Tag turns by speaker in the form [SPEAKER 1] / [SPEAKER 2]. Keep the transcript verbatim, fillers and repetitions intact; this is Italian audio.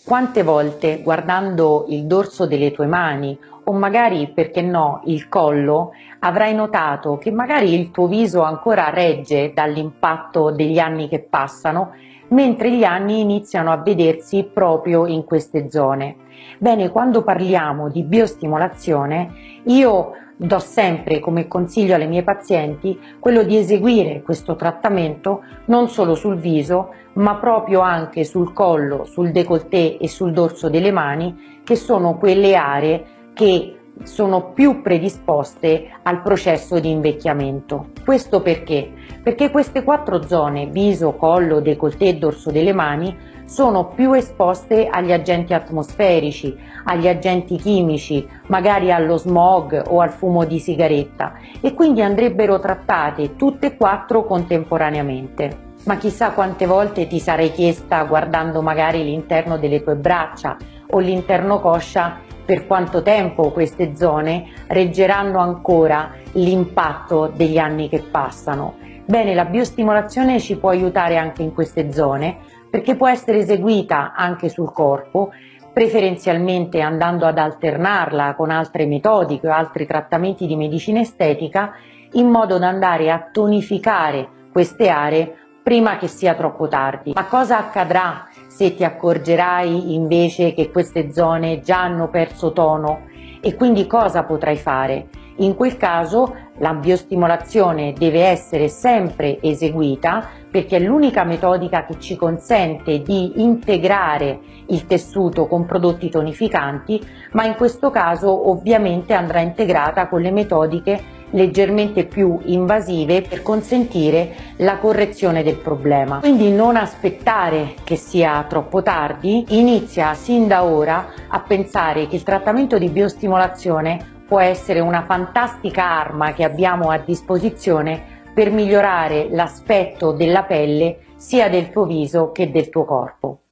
[SPEAKER 1] Quante volte guardando il dorso delle tue mani o magari, perché no, il collo, avrai notato che magari il tuo viso ancora regge dall'impatto degli anni che passano, mentre gli anni iniziano a vedersi proprio in queste zone. Bene, quando parliamo di biostimolazione, io do sempre come consiglio alle mie pazienti quello di eseguire questo trattamento non solo sul viso, ma proprio anche sul collo, sul décolleté e sul dorso delle mani, che sono quelle aree che sono più predisposte al processo di invecchiamento. Questo perché? Perché queste quattro zone, viso, collo, décolleté e dorso delle mani, sono più esposte agli agenti atmosferici, agli agenti chimici, magari allo smog o al fumo di sigaretta, e quindi andrebbero trattate tutte e quattro contemporaneamente. Ma chissà quante volte ti sarai chiesta, guardando magari l'interno delle tue braccia o l'interno coscia, per quanto tempo queste zone reggeranno ancora l'impatto degli anni che passano. Bene, la biostimolazione ci può aiutare anche in queste zone, perché può essere eseguita anche sul corpo, preferenzialmente andando ad alternarla con altre metodiche o altri trattamenti di medicina estetica, in modo da andare a tonificare queste aree prima che sia troppo tardi. Ma cosa accadrà se ti accorgerai invece che queste zone già hanno perso tono? E quindi cosa potrai fare? In quel caso la biostimolazione deve essere sempre eseguita, perché è l'unica metodica che ci consente di integrare il tessuto con prodotti tonificanti, ma in questo caso ovviamente andrà integrata con le metodiche leggermente più invasive per consentire la correzione del problema. Quindi non aspettare che sia troppo tardi, inizia sin da ora a pensare che il trattamento di biostimolazione può essere una fantastica arma che abbiamo a disposizione per migliorare l'aspetto della pelle sia del tuo viso che del tuo corpo.